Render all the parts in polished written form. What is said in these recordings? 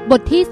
บทที่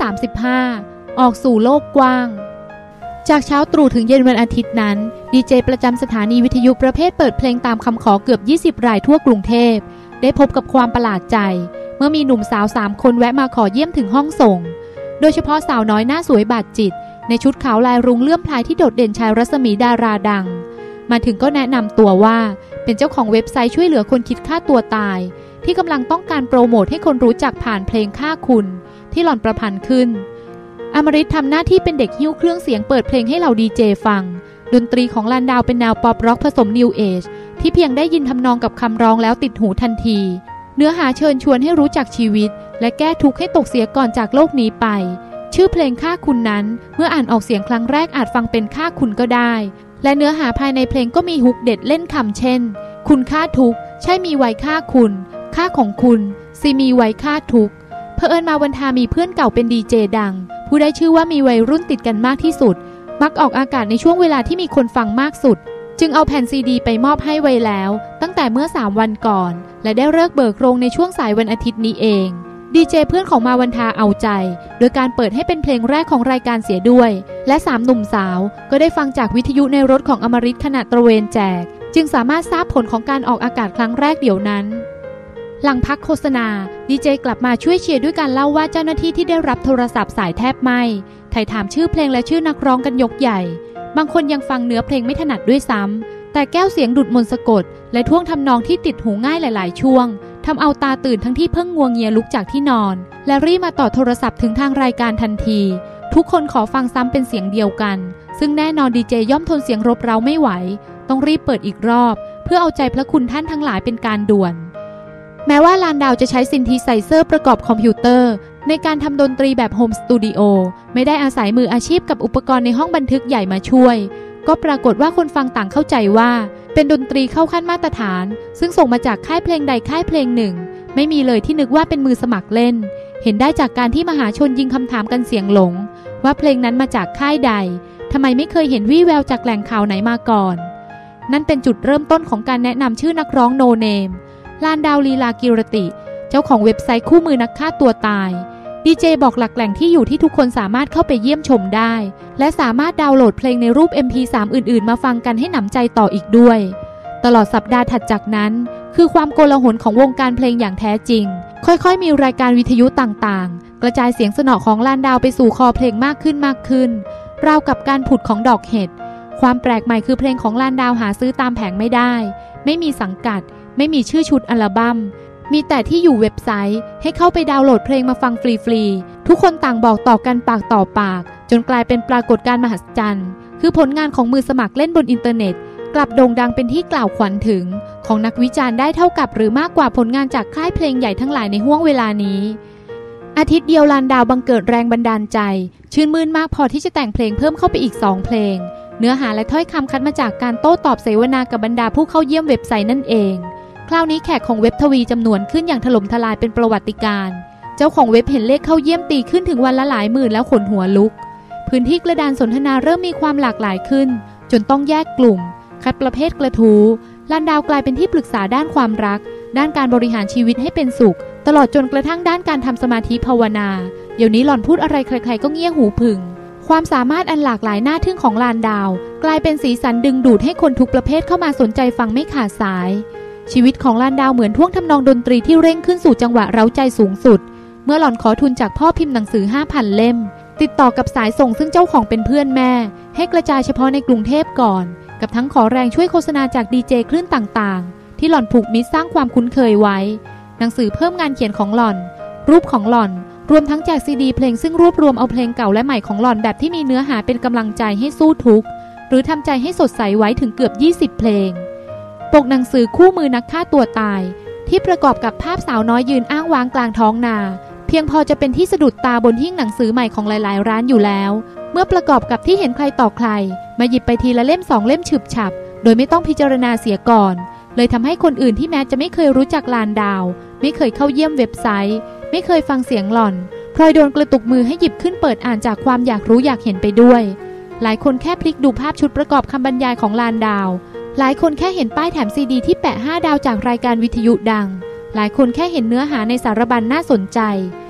35ออกสู่โลกกว้างจากเช้าตรู่ถึงเย็นวันอาทิตย์นั้นดีเจประจำสถานีวิทยุประเภทเปิดเพลงตามคำขอเกือบ20รายทั่วกรุงเทพได้พบกับความประหลาดใจเมื่อมีหนุ่มสาว3คนแวะมาขอเยี่ยมถึงห้องส่งโดยเฉพาะสาวน้อยหน้าสวยบาดจิตในชุดขาวลายรุ้งเลื่อมพลายที่โดดเด่นชายรัศมีดาราดังมาถึงก็แนะนำตัวว่าเป็นเจ้าของเว็บไซต์ช่วยเหลือคนคิดฆ่าตัวตายที่กำลังต้องการโปรโมทให้คนรู้จักผ่านเพลงฆ่าคุณที่หล่อนประพันธ์ขึ้นอมฤตทำหน้าที่เป็นเด็กหิ้วเครื่องเสียงเปิดเพลงให้เหล่าดีเจฟังดนตรีของลานดาวเป็นแนวป๊อปร็อกผสมนิวเอจที่เพียงได้ยินทำนองกับคำร้องแล้วติดหูทันทีเนื้อหาเชิญชวนให้รู้จักชีวิตและแก้ทุกข์ให้ตกเสียก่อนจากโลกนี้ไปชื่อเพลงฆ่าคุณนั้นเมื่ออ่านออกเสียงครั้งแรกอาจฟังเป็นฆ่าคุณก็ได้และเนื้อหาภายในเพลงก็มีฮุกเด็ดเล่นคำเช่นคุณฆ่าทุกข์ใช่มีไว้ฆ่าคุณฆ่าของคุณซีมีไว้ฆ่าทุกข์เผอิญมาวันทามีเพื่อนเก่าเป็นดีเจดังผู้ได้ชื่อว่ามีวัยรุ่นติดกันมากที่สุดมักออกอากาศในช่วงเวลาที่มีคนฟังมากสุดจึงเอาแผ่นซีดีไปมอบให้ไว้แล้วตั้งแต่เมื่อ3วันก่อนและได้เลิกเบิกโรงในช่วงสายวันอาทิตย์นี้เองดีเจเพื่อนของมาวันทาเอาใจโดยการเปิดให้เป็นเพลงแรกของรายการเสียด้วยและ3หนุ่มสาวก็ได้ฟังจากวิทยุในรถของอมฤตขณะตระเวนแจกจึงสามารถทราบผลของการออกอากาศครั้งแรกเดี๋ยวนั้นหลังพักโฆษณาดีเจกลับมาช่วยเชียร์ด้วยการเล่าว่าเจ้าหน้าที่ที่ได้รับโทรศัพท์สายแทบไหม้ไถ่ถามชื่อเพลงและชื่อนักร้องกันยกใหญ่บางคนยังฟังเนื้อเพลงไม่ถนัดด้วยซ้ำแต่แก้วเสียงดุจมนต์สะกดและท่วงทำนองที่ติดหูง่ายหลายๆช่วงทำเอาตาตื่นทั้งที่เพิ่งงัวเงียลุกจากที่นอนและรีบมาต่อโทรศัพท์ถึงทางรายการทันทีทุกคนขอฟังซ้ำเป็นเสียงเดียวกันซึ่งแน่นอนดีเจย่อมทนเสียงรบเร้าไม่ไหวต้องรีบเปิดอีกรอบเพื่อเอาใจพระคุณท่านทั้งหลายเป็นการด่วนแม้ว่าลานดาวจะใช้ซินธิไซเซอร์ประกอบคอมพิวเตอร์ในการทำดนตรีแบบโฮมสตูดิโอไม่ได้อาศัยมืออาชีพกับอุปกรณ์ในห้องบันทึกใหญ่มาช่วยก็ปรากฏว่าคนฟังต่างเข้าใจว่าเป็นดนตรีเข้าขั้นมาตรฐานซึ่งส่งมาจากค่ายเพลงใดค่ายเพลงหนึ่งไม่มีเลยที่นึกว่าเป็นมือสมัครเล่นเห็นได้จากการที่มหาชนยิงคำถามกันเสียงหลงว่าเพลงนั้นมาจากค่ายใดทำไมไม่เคยเห็นวี่แววจากแหล่งข่าวไหนมาก่อนนั่นเป็นจุดเริ่มต้นของการแนะนำชื่อนักร้องโนเนมลานดาวลีลากิรติเจ้าของเว็บไซต์คู่มือนักฆ่าตัวตายดีเจบอกหลักแหล่งที่อยู่ที่ทุกคนสามารถเข้าไปเยี่ยมชมได้และสามารถดาวน์โหลดเพลงในรูป MP3 อื่นๆมาฟังกันให้หนำใจต่ออีกด้วยตลอดสัปดาห์ถัดจากนั้นคือความโกลาหลของวงการเพลงอย่างแท้จริงค่อยๆมีรายการวิทยุต่างๆกระจายเสียงสนอของลานดาวไปสู่คอเพลงมากขึ้นราวกับการผุดของดอกเห็ดความแปลกใหม่คือเพลงของลานดาวหาซื้อตามแผงไม่ได้ไม่มีสังกัดไม่มีชื่อชุดอัลบั้มมีแต่ที่อยู่เว็บไซต์ให้เข้าไปดาวน์โหลดเพลงมาฟังฟรีๆทุกคนต่างบอกต่อกันปากต่อปากจนกลายเป็นปรากฏการณ์มหัศจรรย์คือผลงานของมือสมัครเล่นบนอินเทอร์เน็ตกลับโด่งดังเป็นที่กล่าวขวัญถึงของนักวิจารณ์ได้เท่ากับหรือมากกว่าผลงานจากค่ายเพลงใหญ่ทั้งหลายในห้วงเวลานี้อาทิตย์เดียวลานดาวบังเกิดแรงบันดาลใจชื่นมื่นมากพอที่จะแต่งเพลงเพิ่มเข้าไปอีก2เพลงเนื้อหาและถ้อยคำคัดมาจากการโต้ตอบเสวนากับบรรดาผู้เข้าเยี่ยมเว็บไซต์นั่นเองคราวนี้แขกของเว็บทวีจำนวนขึ้นอย่างถล่มทลายเป็นประวัติการณ์เจ้าของเว็บเห็นเลขเข้าเยี่ยมตีขึ้นถึงวันละหลายหมื่นแล้วขนหัวลุกพื้นที่กระดานสนทนาเริ่มมีความหลากหลายขึ้นจนต้องแยกกลุ่มคัดประเภทกระทู้ลานดาวกลายเป็นที่ปรึกษาด้านความรักด้านการบริหารชีวิตให้เป็นสุขตลอดจนกระทั่งด้านการทำสมาธิภาวนาเดี๋ยวนี้หล่อนพูดอะไรใครๆก็เงี่ยหูผึ่งความสามารถอันหลากหลายน่าทึ่งของลานดาวกลายเป็นสีสันดึงดูดให้คนทุกประเภทเข้ามาสนใจฟังไม่ขาดสายชีวิตของลานดาวเหมือนท่วงทำนองดนตรีที่เร่งขึ้นสู่จังหวะเร้าใจสูงสุดเมื่อหล่อนขอทุนจากพ่อพิมพ์หนังสือ 5,000 เล่มติดต่อกับสายส่งซึ่งเจ้าของเป็นเพื่อนแม่ให้กระจายเฉพาะในกรุงเทพก่อนกับทั้งขอแรงช่วยโฆษณาจากดีเจคลื่นต่างๆที่หล่อนผูกมิตรสร้างความคุ้นเคยไว้หนังสือเพิ่มงานเขียนของหล่อนรูปของหล่อนรวมทั้งแจกซีดีเพลงซึ่งรวบรวมเอาเพลงเก่าและใหม่ของหล่อนแบบที่มีเนื้อหาเป็นกำลังใจให้สู้ทุกข์หรือทำใจให้สดใสไว้ถึงเกือบ20เพลงปกหนังสือคู่มือนักฆ่าตัวตายที่ประกอบกับภาพสาวน้อยยืนอ้างว้างกลางท้องนาเพียงพอจะเป็นที่สะดุดตาบนหิ้งหนังสือใหม่ของหลายๆร้านอยู่แล้วเมื่อประกอบกับที่เห็นใครต่อใครมาหยิบไปทีละเล่ม2เล่มฉึบฉับโดยไม่ต้องพิจารณาเสียก่อนเลยทำให้คนอื่นที่แม้จะไม่เคยรู้จักลานดาวไม่เคยเข้าเยี่ยมเว็บไซต์ไม่เคยฟังเสียงหล่อนพลอยโดนกระตุกมือให้หยิบขึ้นเปิดอ่านจากความอยากรู้อยากเห็นไปด้วยหลายคนแค่พลิกดูภาพชุดประกอบคำบรรยายของลานดาวหลายคนแค่เห็นป้ายแถมซีดีที่แปะ5 ดาวจากรายการวิทยุดังหลายคนแค่เห็นเนื้อหาในสารบัญน่าสนใจ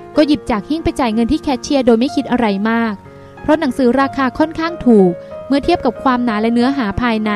ก็หยิบจากหิ้งไปจ่ายเงินที่แคชเชียร์โดยไม่คิดอะไรมากเพราะหนังสือราคาค่อนข้างถูกเมื่อเทียบกับความหนาและเนื้อหาภายใน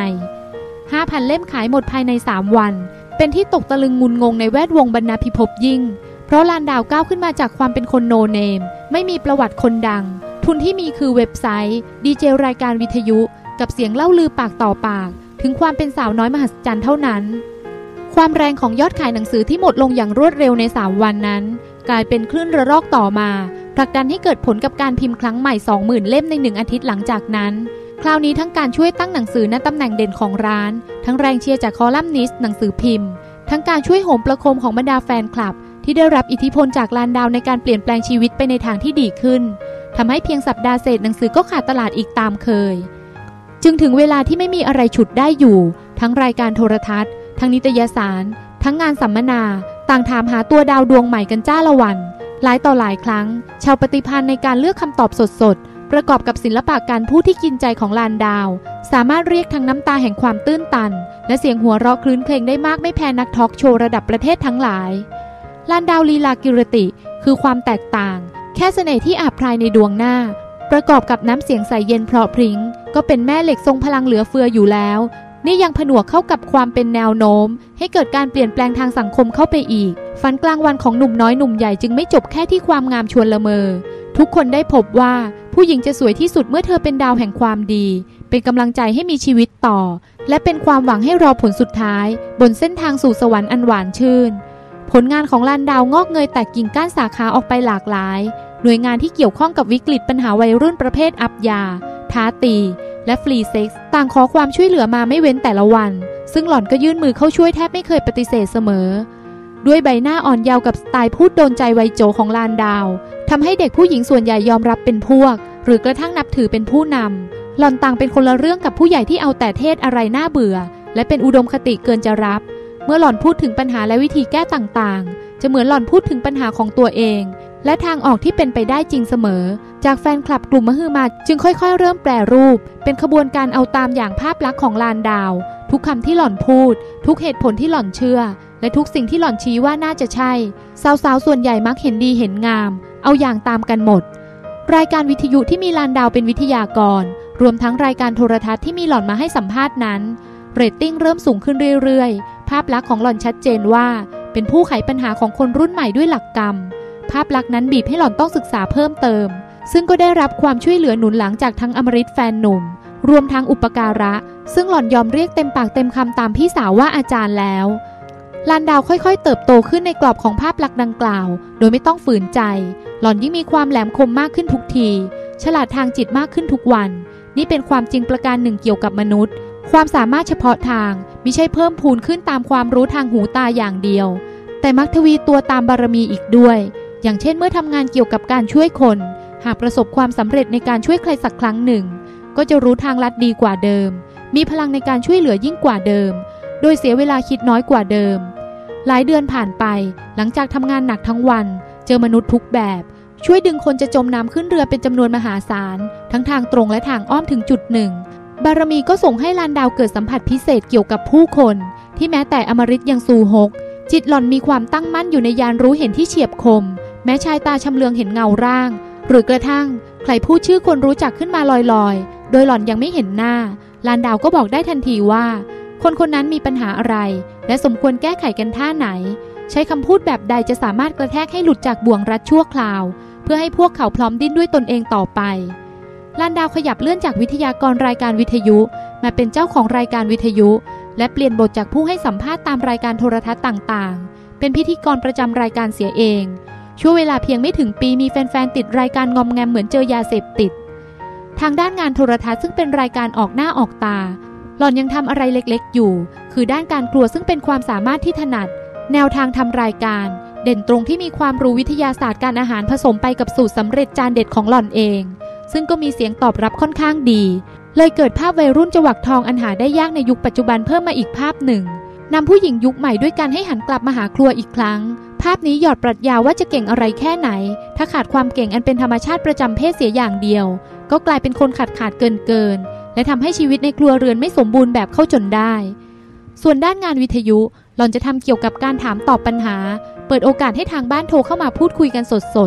5,000 เล่มขายหมดภายใน3 วันเป็นที่ตกตะลึงงุนงงในแวดวงบรรณาภิภพยิ่งเพราะลานดาวก้าวขึ้นมาจากความเป็นคนโนเนมไม่มีประวัติคนดังทุนที่มีคือเว็บไซต์ดีเจรายการวิทยุกับเสียงเล่าลือปากต่อปากถึงความเป็นสาวน้อยมหัศจรรย์เท่านั้นความแรงของยอดขายหนังสือที่หมดลงอย่างรวดเร็วใน3 วันนั้นกลายเป็นคลื่นระลอกต่อมาผลักดันให้เกิดผลกับการพิมพ์ครั้งใหม่ 20,000 เล่มใน1 อาทิตย์หลังจากนั้นคราวนี้ทั้งการช่วยตั้งหนังสือณตำแหน่งเด่นของร้านทั้งแรงเชียร์จากคอลัมนิสต์หนังสือพิมพ์ทั้งการช่วยโหมประโคมของบรรดาแฟนคลับที่ได้รับอิทธิพลจากลานดาวในการเปลี่ยนแปลงชีวิตไปในทางที่ดีขึ้นทำให้เพียงสัปดาห์เศษหนังสือก็ขาดตลาดอีกตามเคยจึงถึงเวลาที่ไม่มีอะไรฉุดได้อยู่ทั้งรายการโทรทัศน์ทั้งนิตยสารทั้งงานสัมมนาต่างถามหาตัวดาวดวงใหม่กันจ้าละวันหลายต่อหลายครั้งชาวปฏิพันธ์ในการเลือกคำตอบสดๆประกอบกับศิลปะการพูดที่กินใจของลานดาวสามารถเรียกทั้งน้ำตาแห่งความตื้นตันและเสียงหัวเราะคลื้นเครงได้มากไม่แพ้นักทอล์กโชว์ระดับประเทศทั้งหลายลานดาวลีลากิรติคือความแตกต่างแค่เสน่ห์ที่อาบพรายในดวงหน้าประกอบกับน้ำเสียงใสเย็นเพราะพริ้งก็เป็นแม่เหล็กทรงพลังเหลือเฟืออยู่แล้วนี่ยังผนวกเข้ากับความเป็นแนวโน้มให้เกิดการเปลี่ยนแปลงทางสังคมเข้าไปอีกฝันกลางวันของหนุ่มน้อยหนุ่มใหญ่จึงไม่จบแค่ที่ความงามชวนละเมอทุกคนได้พบว่าผู้หญิงจะสวยที่สุดเมื่อเธอเป็นดาวแห่งความดีเป็นกำลังใจให้มีชีวิตต่อและเป็นความหวังให้รอผลสุดท้ายบนเส้นทางสู่สวรรค์อันหวานชื่นผลงานของลานดาวงอกเงยแตกกิ่งก้านสาขาออกไปหลากหลายหน่วยงานที่เกี่ยวข้องกับวิกฤตปัญหาวัยรุ่นประเภทอับยาท้าตีและฟรีเซ็กซ์ต่างขอความช่วยเหลือมาไม่เว้นแต่ละวันซึ่งหล่อนก็ยื่นมือเข้าช่วยแทบไม่เคยปฏิเสธเสมอด้วยใบหน้าอ่อนเยาว์กับสไตล์พูดโดนใจวัยโจของลานดาวทำให้เด็กผู้หญิงส่วนใหญ่ยอมรับเป็นพวกหรือกระทั่งนับถือเป็นผู้นำหล่อนต่างเป็นคนละเรื่องกับผู้ใหญ่ที่เอาแต่เทศอะไรน่าเบื่อและเป็นอุดมคติเกินจะรับเมื่อหล่อนพูดถึงปัญหาและวิธีแก้ต่างๆจะเหมือนหล่อนพูดถึงปัญหาของตัวเองและทางออกที่เป็นไปได้จริงเสมอจากแฟนคลับกลุ่มมหึมาจึงค่อยๆเริ่มแปรรูปเป็นขบวนการเอาตามอย่างภาพลักษณ์ของลานดาวทุกคำที่หล่อนพูดทุกเหตุผลที่หล่อนเชื่อและทุกสิ่งที่หล่อนชี้ว่าน่าจะใช่สาวๆส่วนใหญ่มักเห็นดีเห็นงามเอาอย่างตามกันหมดรายการวิทยุที่มีลานดาวเป็นวิทยากรรวมทั้งรายการโทรทัศน์ที่มีหล่อนมาให้สัมภาษณ์นั้นเรตติ้งเริ่มสูงขึ้นเรื่อยๆภาพลักษณ์ของหล่อนชัดเจนว่าเป็นผู้ไขปัญหาของคนรุ่นใหม่ด้วยหลักกรรมภาพลักษณ์นั้นบีบให้หล่อนต้องศึกษาเพิ่มเติมซึ่งก็ได้รับความช่วยเหลือหนุนหลังจากทั้งอมฤตแฟนหนุ่มรวมทั้งอุปการะซึ่งหล่อนยอมเรียกเต็มปากเต็มคำตามพี่สาวว่าอาจารย์แล้วลานดาวค่อยๆเติบโตขึ้นในกรอบของภาพลักษณ์ดังกล่าวโดยไม่ต้องฝืนใจหล่อนยิ่งมีความแหลมคมมากขึ้นทุกทีฉลาดทางจิตมากขึ้นทุกวันนี่เป็นความจริงประการหนึ่งเกี่ยวกับมนุษย์ความสามารถเฉพาะทางมิใช่เพิ่มพูนขึ้นตามความรู้ทางหูตาอย่างเดียวแต่มักทวีตัวตามบารมีอีกด้วยอย่างเช่นเมื่อทำงานเกี่ยวกับการช่วยคนหากประสบความสำเร็จในการช่วยใครสักครั้งหนึ่งก็จะรู้ทางลัดดีกว่าเดิมมีพลังในการช่วยเหลือยิ่งกว่าเดิมโดยเสียเวลาคิดน้อยกว่าเดิมหลายเดือนผ่านไปหลังจากทำงานหนักทั้งวันเจอมนุษย์ทุกแบบช่วยดึงคนจะจมน้ำขึ้นเรือเป็นจำนวนมหาศาลทั้งทางตรงและทางอ้อมถึงจุดหนึ่งบารมีก็ส่งให้ลานดาวเกิดสัมผัสพิเศษเกี่ยวกับผู้คนที่แม้แต่อมฤตยังซูฮกจิตหล่อนมีความตั้งมั่นอยู่ในญาณรู้เห็นที่เฉียบคมแม้ชายตาชำเลืองเห็นเงาร่างหรือกระทั่งใครพูดชื่อคนรู้จักขึ้นมาลอยๆโดยหล่อนยังไม่เห็นหน้าลานดาวก็บอกได้ทันทีว่าคนคนนั้นมีปัญหาอะไรและสมควรแก้ไขกันท่าไหนใช้คำพูดแบบใดจะสามารถกระแทกให้หลุดจากบ่วงรัดชั่วคราวเพื่อให้พวกเขาพร้อมดิ้นด้วยตนเองต่อไปลานดาวขยับเลื่อนจากวิทยากรรายการวิทยุมาเป็นเจ้าของรายการวิทยุและเปลี่ยนบทจากผู้ให้สัมภาษณ์ตามรายการโทรทัศน์ต่างๆเป็นพิธีกรประจำรายการเสียเองช่วงเวลาเพียงไม่ถึงปีมีแฟนๆติดรายการงอมแงมเหมือนเจอยาเสพติดทางด้านงานโทรทัศน์ซึ่งเป็นรายการออกหน้าออกตาหล่อนยังทำอะไรเล็กๆอยู่คือด้านการครัวซึ่งเป็นความสามารถที่ถนัดแนวทางทำรายการเด่นตรงที่มีความรู้วิทยาศาสตร์การอาหารผสมไปกับสูตรสำเร็จจานเด็ดของหล่อนเองซึ่งก็มีเสียงตอบรับค่อนข้างดีเลยเกิดภาพวัยรุ่นจวักทองอันหาได้ยากในยุคปัจจุบันเพิ่มมาอีกภาพหนึ่งนำผู้หญิงยุคใหม่ด้วยการให้หันกลับมาหาครัวอีกครั้งภาพนี้หยอดปรัชญาว่าจะเก่งอะไรแค่ไหนถ้าขาดความเก่งอันเป็นธรรมชาติประจำเพศเสียอย่างเดียวก็กลายเป็นคนขาดเกินและทำให้ชีวิตในครัวเรือนไม่สมบูรณ์แบบเข้าจนได้ส่วนด้านงานวิทยุหล่อนจะทำเกี่ยวกับการถามตอบปัญหาเปิดโอกาสให้ทางบ้านโทรเข้ามาพูดคุยกันสด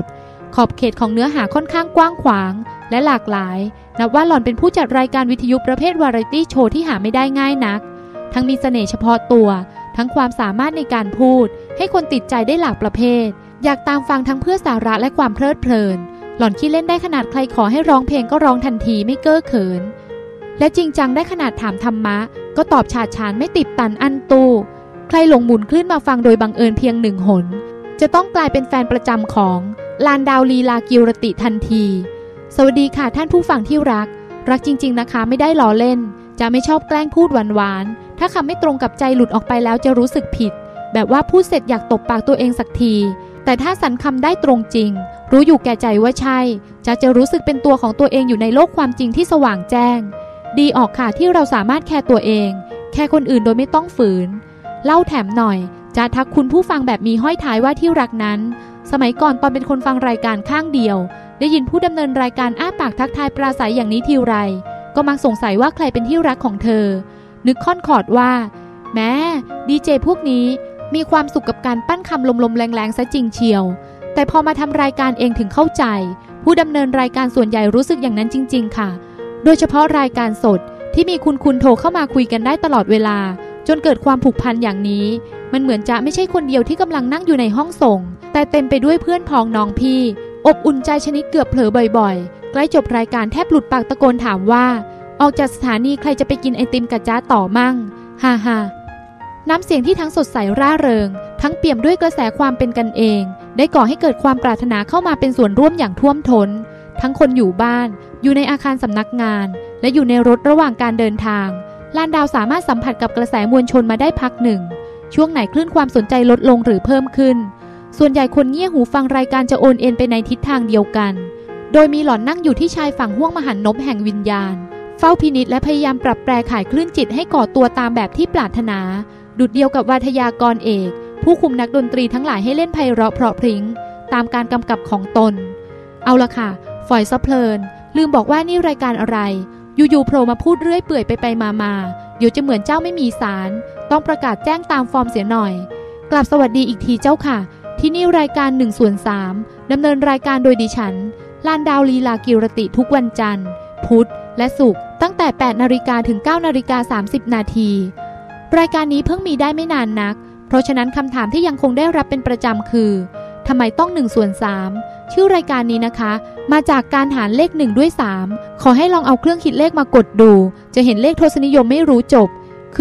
ขอบเขตของเนื้อหาค่อนข้างกว้างขวางและหลากหลายนับว่าหล่อนเป็นผู้จัดรายการวิทยุประเภทวาไรตี้โชว์ที่หาไม่ได้ง่ายนักทั้งมีเสน่ห์เฉพาะตัวทั้งความสามารถในการพูดให้คนติดใจได้หลากประเภทอยากตามฟังทั้งเพื่อสาระและความเพลิดเพลินหล่อนขี้เล่นได้ขนาดใครขอให้ร้องเพลงก็ร้องทันทีไม่เก้อเขินและจริงจังได้ขนาดถามธรรมะก็ตอบฉาดฉานไม่ติดตันอั้นตู้ใครหลงหมุนคลื่นมาฟังโดยบังเอิญเพียงหนึ่งหนจะต้องกลายเป็นแฟนประจำของลานดาวลีลากิรติทันทีสวัสดีค่ะท่านผู้ฟังที่รักจริงๆนะคะไม่ได้ล้อเล่นจะไม่ชอบแกล้งพูดหวานๆถ้าคำไม่ตรงกับใจหลุดออกไปแล้วจะรู้สึกผิดแบบว่าพูดเสร็จอยากตบปากตัวเองสักทีแต่ถ้าสรรคำได้ตรงจริงรู้อยู่แก่ใจว่าใช่จะรู้สึกเป็นตัวของตัวเองอยู่ในโลกความจริงที่สว่างแจ้งดีออกค่ะที่เราสามารถแคร์ตัวเองแคร์คนอื่นโดยไม่ต้องฝืนเล่าแถมหน่อยจะทักคุณผู้ฟังแบบมีห้อยท้ายว่าที่รักนั้นสมัยก่อนตอนเป็นคนฟังรายการข้างเดียวได้ยินผู้ดำเนินรายการอ้าปากทักทายปราศัยอย่างนี้ทีไรก็มักสงสัยว่าใครเป็นที่รักของเธอนึกค่อนขอดว่าแม้ดีเจพวกนี้มีความสุขกับการปั้นคำลมๆแรงๆซะจริงเชียวแต่พอมาทำรายการเองถึงเข้าใจผู้ดำเนินรายการส่วนใหญ่รู้สึกอย่างนั้นจริงๆค่ะโดยเฉพาะรายการสดที่มีคุณโทรเข้ามาคุยกันได้ตลอดเวลาจนเกิดความผูกพันอย่างนี้มันเหมือนจะไม่ใช่คนเดียวที่กำลังนั่งอยู่ในห้องส่งแต่เต็มไปด้วยเพื่อนพ้องน้องพี่อบอุ่นใจชนิดเกือบเผลอบ่อยๆใกล้จบรายการแทบหลุดปากตะโกนถามว่าออกจากสถานีใครจะไปกินไอติมกับจ๊ะต่อมั่งฮ่าฮ่าน้ำเสียงที่ทั้งสดใสร่าเริงทั้งเปี่ยมด้วยกระแสความเป็นกันเองได้ก่อให้เกิดความปรารถนาเข้ามาเป็นส่วนร่วมอย่างท่วมท้นทั้งคนอยู่บ้านอยู่ในอาคารสำนักงานและอยู่ในรถระหว่างการเดินทางลานดาวสามารถสัมผัสกับกระแสมวลชนมาได้พักหนึ่งช่วงไหนคลื่นความสนใจลดลงหรือเพิ่มขึ้นส่วนใหญ่คนเงี่ยหูฟังรายการจะโอนเอ็นไปในทิศทางเดียวกันโดยมีหล่อนนั่งอยู่ที่ชายฝั่งห้วงมหันนพแห่งวิญญาณเฝ้าพินิจและพยายามปรับแปรข่ายคลื่นจิตให้ก่อตัวตามแบบที่ปรารถนาดุจเดียวกับวาทยากรเอกผู้คุมนักดนตรีทั้งหลายให้เล่นไพเราะเพราะพริ้งตามการกำกับของตนเอาละค่ะฝอยซะเพลินลืมบอกว่านี่รายการอะไรอยู่ๆโผล่มาพูดเรื่อยเปื่อยไปมาเดี๋ยวจะเหมือนเจ้าไม่มีสารต้องประกาศแจ้งตามฟอร์มเสียหน่อยกลับสวัสดีอีกทีเจ้าค่ะที่นี่รายการ1/3ดำเนินรายการโดยดิฉันลานดาวลีลากิรติทุกวันจันทร์พุธและศุกร์ตั้งแต่ 8 นาฬิกาถึง 9 นาฬิกา 30 นาทีรายการนี้เพิ่งมีได้ไม่นานนักเพราะฉะนั้นคำถามที่ยังคงได้รับเป็นประจำคือทำไมต้อง1/3ชื่อรายการนี้นะคะมาจากการหารเลข1ด้วย3ขอให้ลองเอาเครื่องคิดเลขมากดดูจะเห็นเลขทศนิยมไม่รู้จบคือ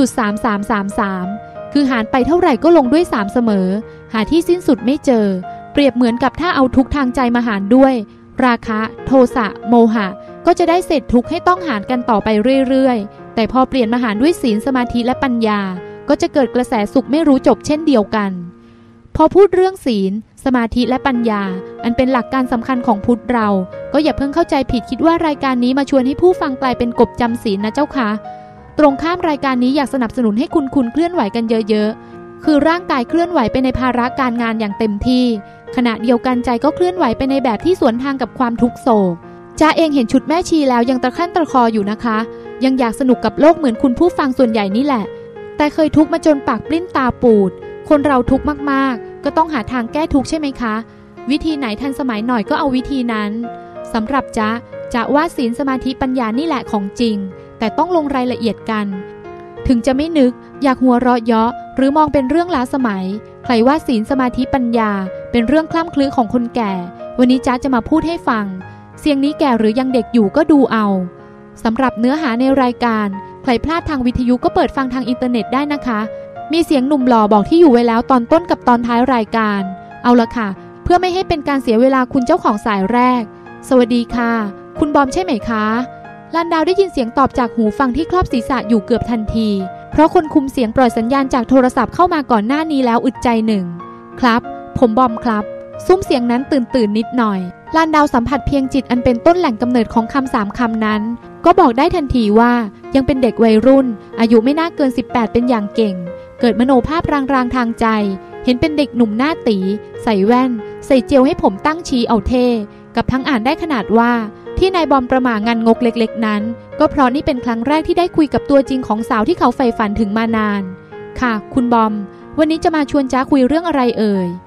0.3333 คือหารไปเท่าไหร่ก็ลงด้วย3เสมอหาที่สิ้นสุดไม่เจอเปรียบเหมือนกับถ้าเอาทุกทางใจมาหารด้วยราคะโทสะโมหะก็จะได้เศษทุกข์ให้ต้องหารกันต่อไปเรื่อยๆแต่พอเปลี่ยนมาหารด้วยศีลสมาธิและปัญญาก็จะเกิดกระแสสุขไม่รู้จบเช่นเดียวกันพอพูดเรื่องศีลสมาธิและปัญญาอันเป็นหลักการสำคัญของพุทธเราก็อย่าเพิ่งเข้าใจผิดคิดว่ารายการนี้มาชวนให้ผู้ฟังกลายเป็นกบจำศีลนะเจ้าค่ะตรงข้ามรายการนี้อยากสนับสนุนให้คุณเคลื่อนไหวกันเยอะๆคือร่างกายเคลื่อนไหวไปในภาระการงานอย่างเต็มที่ขณะเดียวกันใจก็เคลื่อนไหวไปในแบบที่สวนทางกับความทุกโศกจ้าเองเห็นชุดแม่ชีแล้วยังตะครั่นตะคออยู่นะคะยังอยากสนุกกับโลกเหมือนคุณผู้ฟังส่วนใหญ่นี่แหละแต่เคยทุกข์มาจนปากปลิ้นตาปูดคนเราทุกข์มากๆก็ต้องหาทางแก้ทุกข์ใช่ไหมคะวิธีไหนทันสมัยหน่อยก็เอาวิธีนั้นสำหรับจ๊ะว่าศีลสมาธิปัญญานี่แหละของจริงแต่ต้องลงรายละเอียดกันถึงจะไม่นึกอยากหัวเราะเยาะหรือมองเป็นเรื่องล้าสมัยใครว่าศีลสมาธิปัญญาเป็นเรื่องคล่ำคลื้ของคนแก่วันนี้จ๊ะจะมาพูดให้ฟังเสียงนี้แก่หรือยังเด็กอยู่ก็ดูเอาสำหรับเนื้อหาในรายการใครพลาดทางวิทยุก็เปิดฟังทางอินเทอร์เน็ตได้นะคะมีเสียงหนุ่มหล่อบอกที่อยู่ไว้แล้วตอนต้นกับตอนท้ายรายการเอาละค่ะเพื่อไม่ให้เป็นการเสียเวลาคุณเจ้าของสายแรกสวัสดีค่ะคุณบอมใช่ไหมคะลานดาวได้ยินเสียงตอบจากหูฟังที่ครอบศีรษะอยู่เกือบทันทีเพราะคนคุมเสียงปล่อยสัญญาณจากโทรศัพท์เข้ามาก่อนหน้านี้แล้วอึดใจหนึ่งครับผมบอมครับซุ้มเสียงนั้นตื่นนิดหน่อยลานดาวสัมผัสเพียงจิตอันเป็นต้นแหล่งกำเนิดของคำ3คำนั้นก็บอกได้ทันทีว่ายังเป็นเด็กวัยรุ่นอายุไม่น่าเกิน18เป็นอย่างเก่งเกิดมโนภาพรางๆทางใจเห็นเป็นเด็กหนุ่มหน้าตีใส่แว่นใส่เจลให้ผมตั้งชี้เอาเท่กับทั้งอ่านได้ขนาดว่าที่นายบอมประหม่างานงกเล็กๆนั้นก็เพราะนี่เป็นครั้งแรกที่ได้คุยกับตัวจริงของสาวที่เขาใฝ่ฝันถึงมานานค่ะคุณบอมวันนี้จะมาชวนจ้าคุยเรื่องอะไรเอ่ย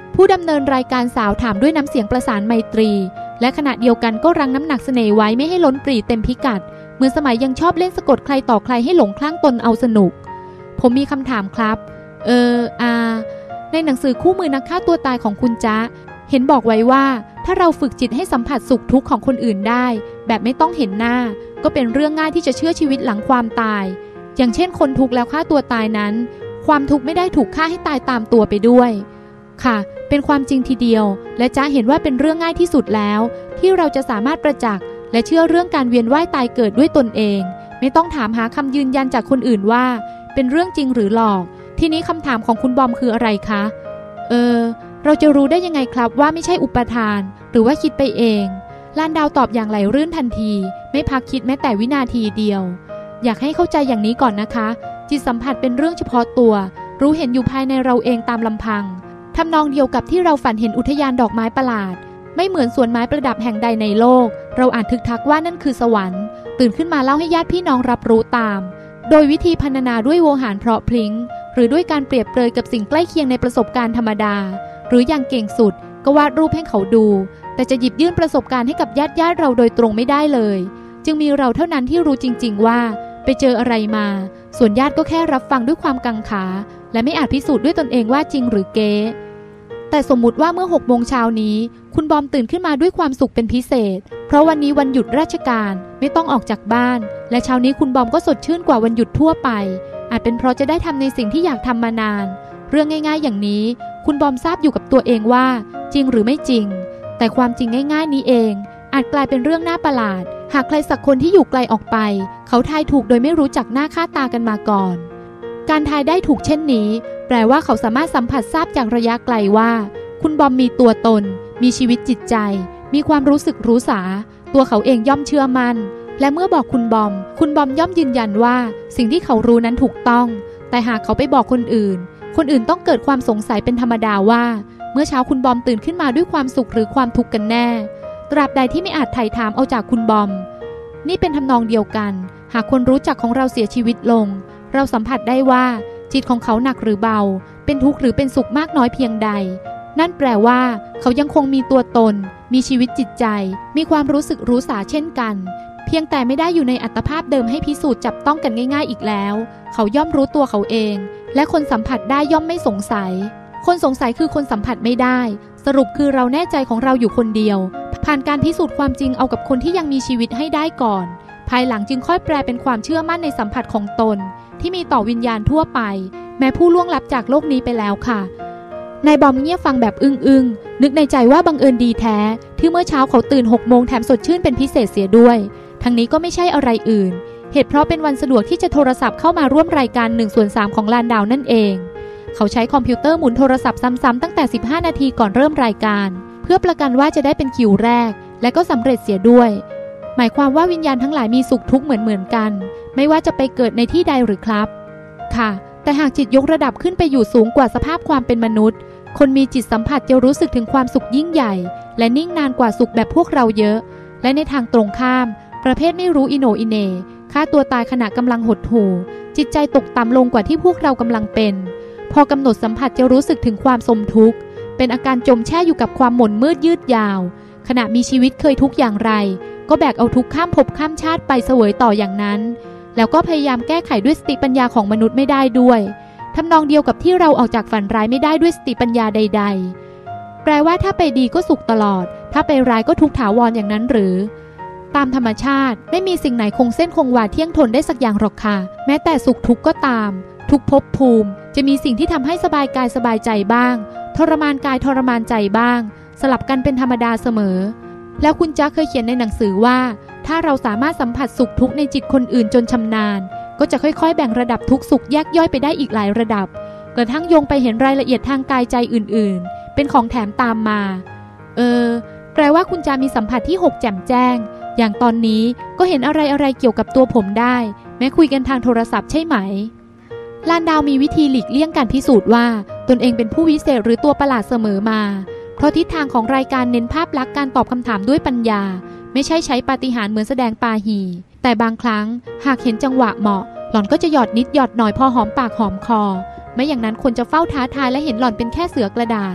ผู้ดำเนินรายการสาวถามด้วยน้ำเสียงประสานไมตรีและขณะเดียวกันก็รั้งน้ำหนักเสน่ห์ไว้ไม่ให้ล้นปรีเต็มพิกัดเหมือนสมัยยังชอบเล่นสะกดใครต่อใครให้หลงคลั่งตนเอาสนุกผมมีคำถามครับในหนังสือคู่มือนักฆ่าตัวตายของคุณจ๊ะเห็นบอกไว้ว่าถ้าเราฝึกจิตให้สัมผัสสุขทุกข์ของคนอื่นได้แบบไม่ต้องเห็นหน้าก็เป็นเรื่องง่ายที่จะเชื่อชีวิตหลังความตายอย่างเช่นคนทุกข์แล้วฆ่าตัวตายนั้นความทุกข์ไม่ได้ถูกฆ่าให้ตายตามตัวไปด้วยค่ะเป็นความจริงทีเดียวและจ๊ะเห็นว่าเป็นเรื่องง่ายที่สุดแล้วที่เราจะสามารถประจักษ์และเชื่อเรื่องการเวียนว่ายตายเกิดด้วยตนเองไม่ต้องถามหาคำยืนยันจากคนอื่นว่าเป็นเรื่องจริงหรือหลอกทีนี้คำถามของคุณบอมคืออะไรคะเราจะรู้ได้ยังไงครับว่าไม่ใช่อุปทานหรือว่าคิดไปเองลานดาวตอบอย่างไหลรื่นทันทีไม่พักคิดแม้แต่วินาทีเดียวอยากให้เข้าใจอย่างนี้ก่อนนะคะจิตสัมผัสเป็นเรื่องเฉพาะตัวรู้เห็นอยู่ภายในเราเองตามลำพังทำนองเดียวกับที่เราฝันเห็นอุทยานดอกไม้ประหลาดไม่เหมือนสวนไม้ประดับแห่งใดในโลกเราอาจทึกทักว่านั่นคือสวรรค์ตื่นขึ้นมาเล่าให้ญาติพี่น้องรับรู้ตามโดยวิธีพรรณนาด้วยโวหารเพราะพริ้งหรือด้วยการเปรียบเปรยกับสิ่งใกล้เคียงในประสบการณ์ธรรมดาหรืออย่างเก่งสุดก็วาดรูปให้เขาดูแต่จะหยิบยื่นประสบการณ์ให้กับญาติเราโดยตรงไม่ได้เลยจึงมีเราเท่านั้นที่รู้จริงๆว่าไปเจออะไรมาส่วนญาติก็แค่รับฟังด้วยความกังขาและไม่อาจพิสูจน์ด้วยตนเองว่าจริงหรือเก๊แต่สมมุติว่าเมื่อ6 โมงเช้านี้คุณบอมตื่นขึ้นมาด้วยความสุขเป็นพิเศษเพราะวันนี้วันหยุดราชการไม่ต้องออกจากบ้านและเช้านี้คุณบอมก็สดชื่นกว่าวันหยุดทั่วไปอาจเป็นเพราะจะได้ทำในสิ่งที่อยากทำมานานเรื่องง่ายๆอย่างนี้คุณบอมทราบอยู่กับตัวเองว่าจริงหรือไม่จริงแต่ความจริงง่ายๆนี้เองอาจกลายเป็นเรื่องน่าประหลาดหากใครสักคนที่อยู่ไกลออกไปเขาทายถูกโดยไม่รู้จักหน้าค่าตากันมาก่อนการทายได้ถูกเช่นนี้แปลว่าเขาสามารถสัมผัสทราบจากระยะไกลว่าคุณบอมมีตัวตนมีชีวิตจิตใจมีความรู้สึกรู้สาตัวเขาเองย่อมเชื่อมั่นและเมื่อบอกคุณบอมย่อมยืนยันว่าสิ่งที่เขารู้นั้นถูกต้องแต่หากเขาไปบอกคนอื่นต้องเกิดความสงสัยเป็นธรรมดาว่าเมื่อเช้าคุณบอมตื่นขึ้นมาด้วยความสุขหรือความทุกข์กันแน่ตราบใดที่ไม่อาจไถ่ถามเอาจากคุณบอมนี่เป็นทำนองเดียวกันหากคนรู้จักของเราเสียชีวิตลงเราสัมผัสได้ว่าจิตของเขาหนักหรือเบาเป็นทุกข์หรือเป็นสุขมากน้อยเพียงใดนั่นแปลว่าเขายังคงมีตัวตนมีชีวิตจิตใจมีความรู้สึกรู้สาเช่นกันเพียงแต่ไม่ได้อยู่ในอัตภาพเดิมให้พิสูจน์จับต้องกันง่ายๆอีกแล้วเขาย่อมรู้ตัวเขาเองและคนสัมผัสได้ย่อมไม่สงสัยคนสงสัยคือคนสัมผัสไม่ได้สรุปคือเราแน่ใจของเราอยู่คนเดียวผ่านการพิสูจน์ความจริงเอากับคนที่ยังมีชีวิตให้ได้ก่อนภายหลังจึงค่อยแปลเป็นความเชื่อมั่นในสัมผัสของตนที่มีต่อวิญญาณทั่วไปแม้ผู้ล่วงลับจากโลกนี้ไปแล้วค่ะนายบอมเงียบฟังแบบอึ้งนึกในใจว่าบังเอิญดีแท้ที่เมื่อเช้าเขาตื่น6 โมงแถมสดชื่นเป็นพิเศษเสียด้วยทั้งนี้ก็ไม่ใช่อะไรอื่นเหตุเพราะเป็นวันสะดวกที่จะโทรศัพท์เข้ามาร่วมรายการ1/3ของลานดาวนั่นเองเขาใช้คอมพิวเตอร์หมุนโทรศัพท์ซ้ำๆตั้งแต่15 นาทีก่อนเริ่มรายการเพื่อประกันว่าจะได้เป็นคิวแรกและก็สำเร็จเสียด้วยหมายความว่าวิญญาณทั้งหลายมีสุขทุกข์เหมือนกันไม่ว่าจะไปเกิดในที่ใดหรือครับค่ะแต่หากจิตยกระดับขึ้นไปอยู่สูงกว่าสภาพความเป็นมนุษย์คนมีจิตสัมผัสจะรู้สึกถึงความสุขยิ่งใหญ่และนิ่งนานกว่าสุขแบบพวกเราเยอะและในทางตรงข้ามประเภทไม่รู้อิโหนอิเหน่ฆ่าตัวตายขณะกำลังหดหู่จิตใจตกต่ำลงกว่าที่พวกเรากำลังเป็นพอกำหนดสัมผัสจะรู้สึกถึงความสมทุกข์เป็นอาการจมแช่อยู่กับความหม่นมืดยืดยาวขณะมีชีวิตเคยทุกข์อย่างไรก็แบกเอาทุกข์ข้ามภพข้ามชาติไปเสวยต่ออย่างนั้นแล้วก็พยายามแก้ไขด้วยสติปัญญาของมนุษย์ไม่ได้ด้วยทำนองเดียวกับที่เราออกจากฝันร้ายไม่ได้ด้วยสติปัญญาใดๆแปลว่าถ้าไปดีก็สุขตลอดถ้าไปร้ายก็ทุกข์ถาวรอย่างนั้นหรือตามธรรมชาติไม่มีสิ่งไหนคงเส้นคงวาเที่ยงทนได้สักอย่างหรอกค่ะแม้แต่สุขทุกข์ก็ตามทุกภพภูมิจะมีสิ่งที่ทำให้สบายกายสบายใจบ้างทรมานกายทรมานใจบ้างสลับกันเป็นธรรมดาเสมอแล้วคุณจ๊ะเคยเขียนในหนังสือว่าถ้าเราสามารถสัมผัสสุขทุกข์ในจิตคนอื่นจนชำนาญก็จะค่อยๆแบ่งระดับทุกสุขแยกย่อยไปได้อีกหลายระดับกระทั่งโยงไปเห็นรายละเอียดทางกายใจอื่นๆเป็นของแถมตามมาแปลว่าคุณจ๊ะมีสัมผัสที่6แจ่มแจ้งอย่างตอนนี้ก็เห็นอะไรๆเกี่ยวกับตัวผมได้แม้คุยกันทางโทรศัพท์ใช่ไหมลานดาวมีวิธีหลีกเลี่ยงการพิสูจน์ว่าตนเองเป็นผู้วิเศษหรือตัวประหลาดเสมอมาเพราะทิศทางของรายการเน้นภาพลักษณ์การตอบคำถามด้วยปัญญาไม่ใช่ใช้ปาฏิหาริย์เหมือนแสดงปาหีแต่บางครั้งหากเห็นจังหวะเหมาะหล่อนก็จะหยอดนิดหยอดหน่อยพอหอมปากหอมคอไม่อย่างนั้นคนจะเฝ้าท้าทายและเห็นหล่อนเป็นแค่เสือกระดาษ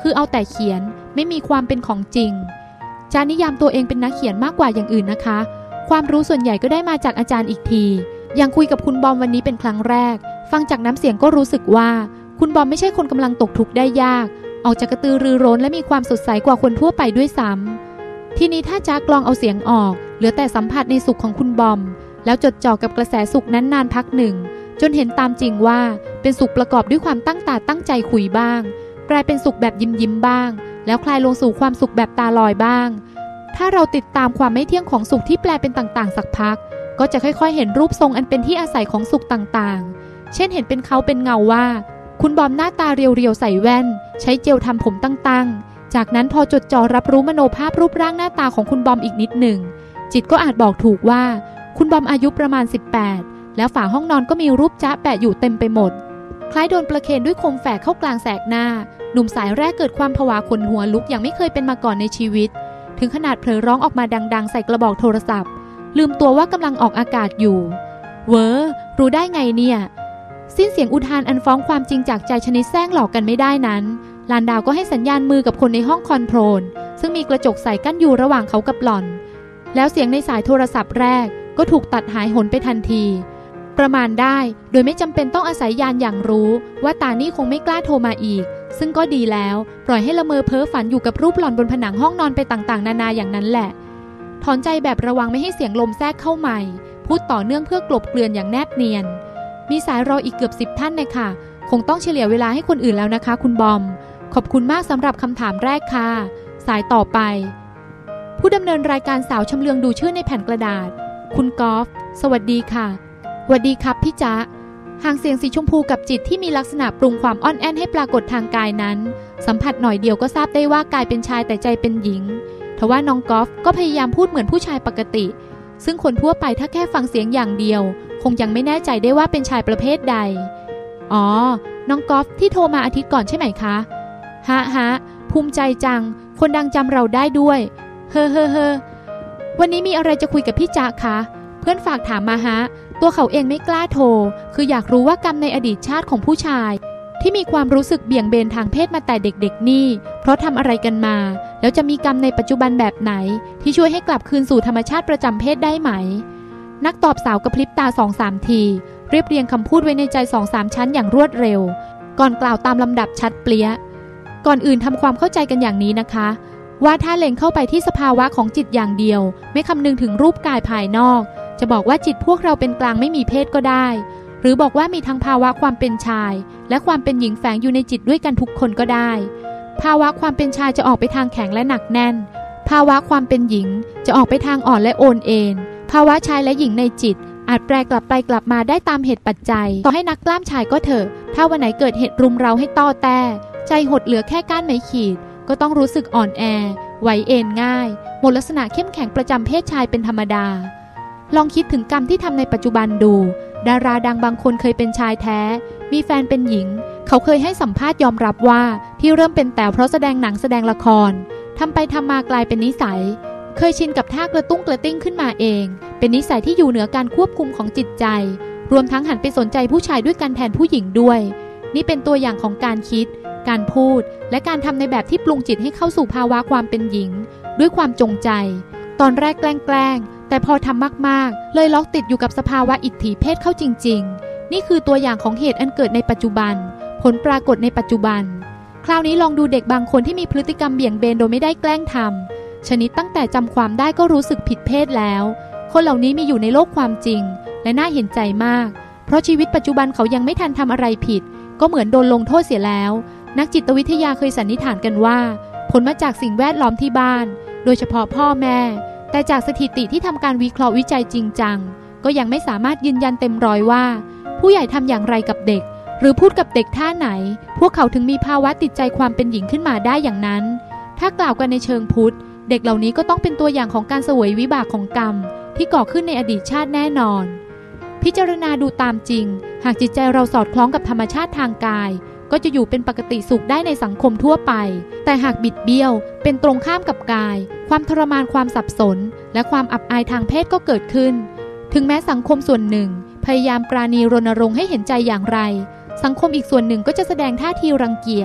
คือเอาแต่เขียนไม่มีความเป็นของจริงจานิยามตัวเองเป็นนักเขียนมากกว่าอย่างอื่นนะคะความรู้ส่วนใหญ่ก็ได้มาจากอาจารย์อีกทีอย่างคุยกับคุณบอมวันนี้เป็นครั้งแรกฟังจากน้ำเสียงก็รู้สึกว่าคุณบอมไม่ใช่คนกำลังตกทุกข์ได้ยากออกจากกระตือรือร้นและมีความสดใสกว่าคนทั่วไปด้วยซ้ำทีนี้ถ้าจ๊ากลองเอาเสียงออกเหลือแต่สัมผัสในสุขของคุณบอมแล้วจดจ่อกับกระแสสุขนั้นนานพักหนึ่งจนเห็นตามจริงว่าเป็นสุขประกอบด้วยความตั้งตาตั้งใจคุยบ้างกลายเป็นสุขแบบยิ้มบ้างแล้วคลายลงสู่ความสุขแบบตาลอยบ้างถ้าเราติดตามความไม่เที่ยงของสุขที่แปลเป็นต่างๆสักพักก็จะค่อยๆเห็นรูปทรงอันเป็นที่อาศัยของสุขต่างๆเช่นเห็นเป็นเขาเป็นเงาว่าคุณบอมหน้าตาเรียวๆใส่แว่นใช้เจลทำผมตั้งๆจากนั้นพอจดจ่อรับรู้มโนภาพรูปร่างหน้าตาของคุณบอมอีกนิดหนึ่งจิตก็อาจบอกถูกว่าคุณบอมอายุประมาณ18แล้วฝาห้องนอนก็มีรูปจ๊ะแปะอยู่เต็มไปหมดคล้ายโดนประเคนด้วยคมแฝกเข้ากลางแสกหน้าหนุ่มสายแรกเกิดความผวาขนหัวลุกอย่างไม่เคยเป็นมาก่อนในชีวิตถึงขนาดเผลอร้องออกมาดังๆใส่กระบอกโทรศัพท์ลืมตัวว่ากำลังออกอากาศอยู่เว้อรู้ได้ไงเนี่ยสิ้นเสียงอุทานอันฟ้องความจริงจากใจชนิดแซงหลอกกันไม่ได้นั้นลานดาวก็ให้สัญญาณมือกับคนในห้องคอนโทรลซึ่งมีกระจกใสกั้นอยู่ระหว่างเขากับหล่อนแล้วเสียงในสายโทรศัพท์แรกก็ถูกตัดหายหนไปทันทีประมาณได้โดยไม่จำเป็นต้องอาศัยยานอย่างรู้ว่าตานี่คงไม่กล้าโทรมาอีกซึ่งก็ดีแล้วปล่อยให้ละเมอเพ้อฝันอยู่กับรูปหล่อนบนผนังห้องนอนไปต่างๆนานาอย่างนั้นแหละถอนใจแบบระวังไม่ให้เสียงลมแทรกเข้าใหม่พูดต่อเนื่องเพื่อกลบเกลื่อนอย่างแนบเนียนมีสายรออีกเกือบ10ท่านเลยค่ะคงต้องเฉลี่ยเวลาให้คนอื่นแล้วนะคะคุณบอมขอบคุณมากสำหรับคำถามแรกค่ะสายต่อไปผู้ดำเนินรายการสาวชำเลืองดูชื่อในแผ่นกระดาษคุณกอล์ฟสวัสดีค่ะสวัสดีครับพี่จ๊ะหางเสียงสีชมพูกับจิตที่มีลักษณะปรุงความอ่อนแอให้ปรากฏทางกายนั้นสัมผัสหน่อยเดียวก็ทราบได้ว่ากายเป็นชายแต่ใจเป็นหญิงทว่าน้องกอล์ฟก็พยายามพูดเหมือนผู้ชายปกติซึ่งคนทั่วไปถ้าแค่ฟังเสียงอย่างเดียวคงยังไม่แน่ใจได้ว่าเป็นชายประเภทใดอ๋อน้องกอล์ฟที่โทรมาอาทิตย์ก่อนใช่ไหมคะฮะภูมิใจจังคนดังจำเราได้ด้วยเฮ้อวันนี้มีอะไรจะคุยกับพี่จ๊ะคะเพื่อนฝากถามมาฮะตัวเขาเองไม่กล้าโทรคืออยากรู้ว่ากรรมในอดีตชาติของผู้ชายที่มีความรู้สึกเบี่ยงเบนทางเพศมาแต่เด็กๆนี่เพราะทำอะไรกันมาแล้วจะมีกรรมในปัจจุบันแบบไหนที่ช่วยให้กลับคืนสู่ธรรมชาติประจำเพศได้ไหมนักตอบสาวกระพริบตา 2-3 ทีเรียบเรียงคำพูดไว้ในใจ 2-3 ชั้นอย่างรวดเร็วก่อนกล่าวตามลำดับชัดเปรี้ยก่อนอื่นทำความเข้าใจกันอย่างนี้นะคะว่าถ้าเล็งเข้าไปที่สภาวะของจิตอย่างเดียวไม่คำนึงถึงรูปกายภายนอกจะบอกว่าจิตพวกเราเป็นกลางไม่มีเพศก็ได้หรือบอกว่ามีทั้งภาวะความเป็นชายและความเป็นหญิงแฝงอยู่ในจิตด้วยกันทุกคนก็ได้ภาวะความเป็นชายจะออกไปทางแข็งและหนักแน่นภาวะความเป็นหญิงจะออกไปทางอ่อนและโอนเอ็นภาวะชายและหญิงในจิตอาจแปรกลับไปกลับมาได้ตามเหตุปัจจัยต่อให้นักกล้ามชายก็เถอะถ้าวันไหนเกิดเหตุรุมเร้าให้ต้อแต้ใจหดเหลือแค่ก้านไม้ขีดก็ต้องรู้สึกอ่อนแอไหวเอ็นง่ายหมดลักษณะเข้มแข็งประจำเพศชายเป็นธรรมดาลองคิดถึงกรรมที่ทำในปัจจุบันดูดาราดังบางคนเคยเป็นชายแท้มีแฟนเป็นหญิงเขาเคยให้สัมภาษณ์ยอมรับว่าที่เริ่มเป็นแต่เพราะแสดงหนังแสดงละครทำไปทำมากลายเป็นนิสัยเคยชินกับท่ากระตุ้งกระติ้งขึ้นมาเองเป็นนิสัยที่อยู่เหนือการควบคุมของจิตใจรวมทั้งหันไปสนใจผู้ชายด้วยกันแทนผู้หญิงด้วยนี่เป็นตัวอย่างของการคิดการพูดและการทำในแบบที่ปรุงจิตให้เข้าสู่ภาวะความเป็นหญิงด้วยความจงใจตอนแรกแกล้งแต่พอทำมากๆเลยล็อกติดอยู่กับสภาวะอิทธิเพศเข้าจริงๆนี่คือตัวอย่างของเหตุอันเกิดในปัจจุบันผลปรากฏในปัจจุบันคราวนี้ลองดูเด็กบางคนที่มีพฤติกรรมเบี่ยงเบนโดยไม่ได้แกล้งทำชนิดตั้งแต่จำความได้ก็รู้สึกผิดเพศแล้วคนเหล่านี้มีอยู่ในโลกความจริงและน่าเห็นใจมากเพราะชีวิตปัจจุบันเขายังไม่ทันทำอะไรผิดก็เหมือนโดนลงโทษเสียแล้วนักจิตวิทยาเคยสันนิษฐานกันว่าผลมาจากสิ่งแวดล้อมที่บ้านโดยเฉพาะพ่อแม่แต่จากสถิติที่ทำการวิเคราะห์วิจัยจริงจังก็ยังไม่สามารถยืนยันเต็มร้อยว่าผู้ใหญ่ทำอย่างไรกับเด็กหรือพูดกับเด็กท่าไหนพวกเขาถึงมีภาวะติดใจความเป็นหญิงขึ้นมาได้อย่างนั้นถ้ากล่าวกันในเชิงพุทธเด็กเหล่านี้ก็ต้องเป็นตัวอย่างของการเสวยวิบากของกรรมที่ก่อขึ้นในอดีตชาติแน่นอนพิจารณาดูตามจริงหากจิตใจเราสอดคล้องกับธรรมชาติทางกายก็จะอยู่เป็นปกติสุขได้ในสังคมทั่วไปแต่หากบิดเบี้ยวเป็นตรงข้ามกับกายความทรมานความสับสนและความอับอายทางเพศก็เกิดขึ้นถึงแม้สังคมส่วนหนึ่งพยายามปราณีรณรงค์ให้เห็นใจอย่างไรสังคมอีกส่วนหนึ่งก็จะแสดงท่าทีรังเกียจ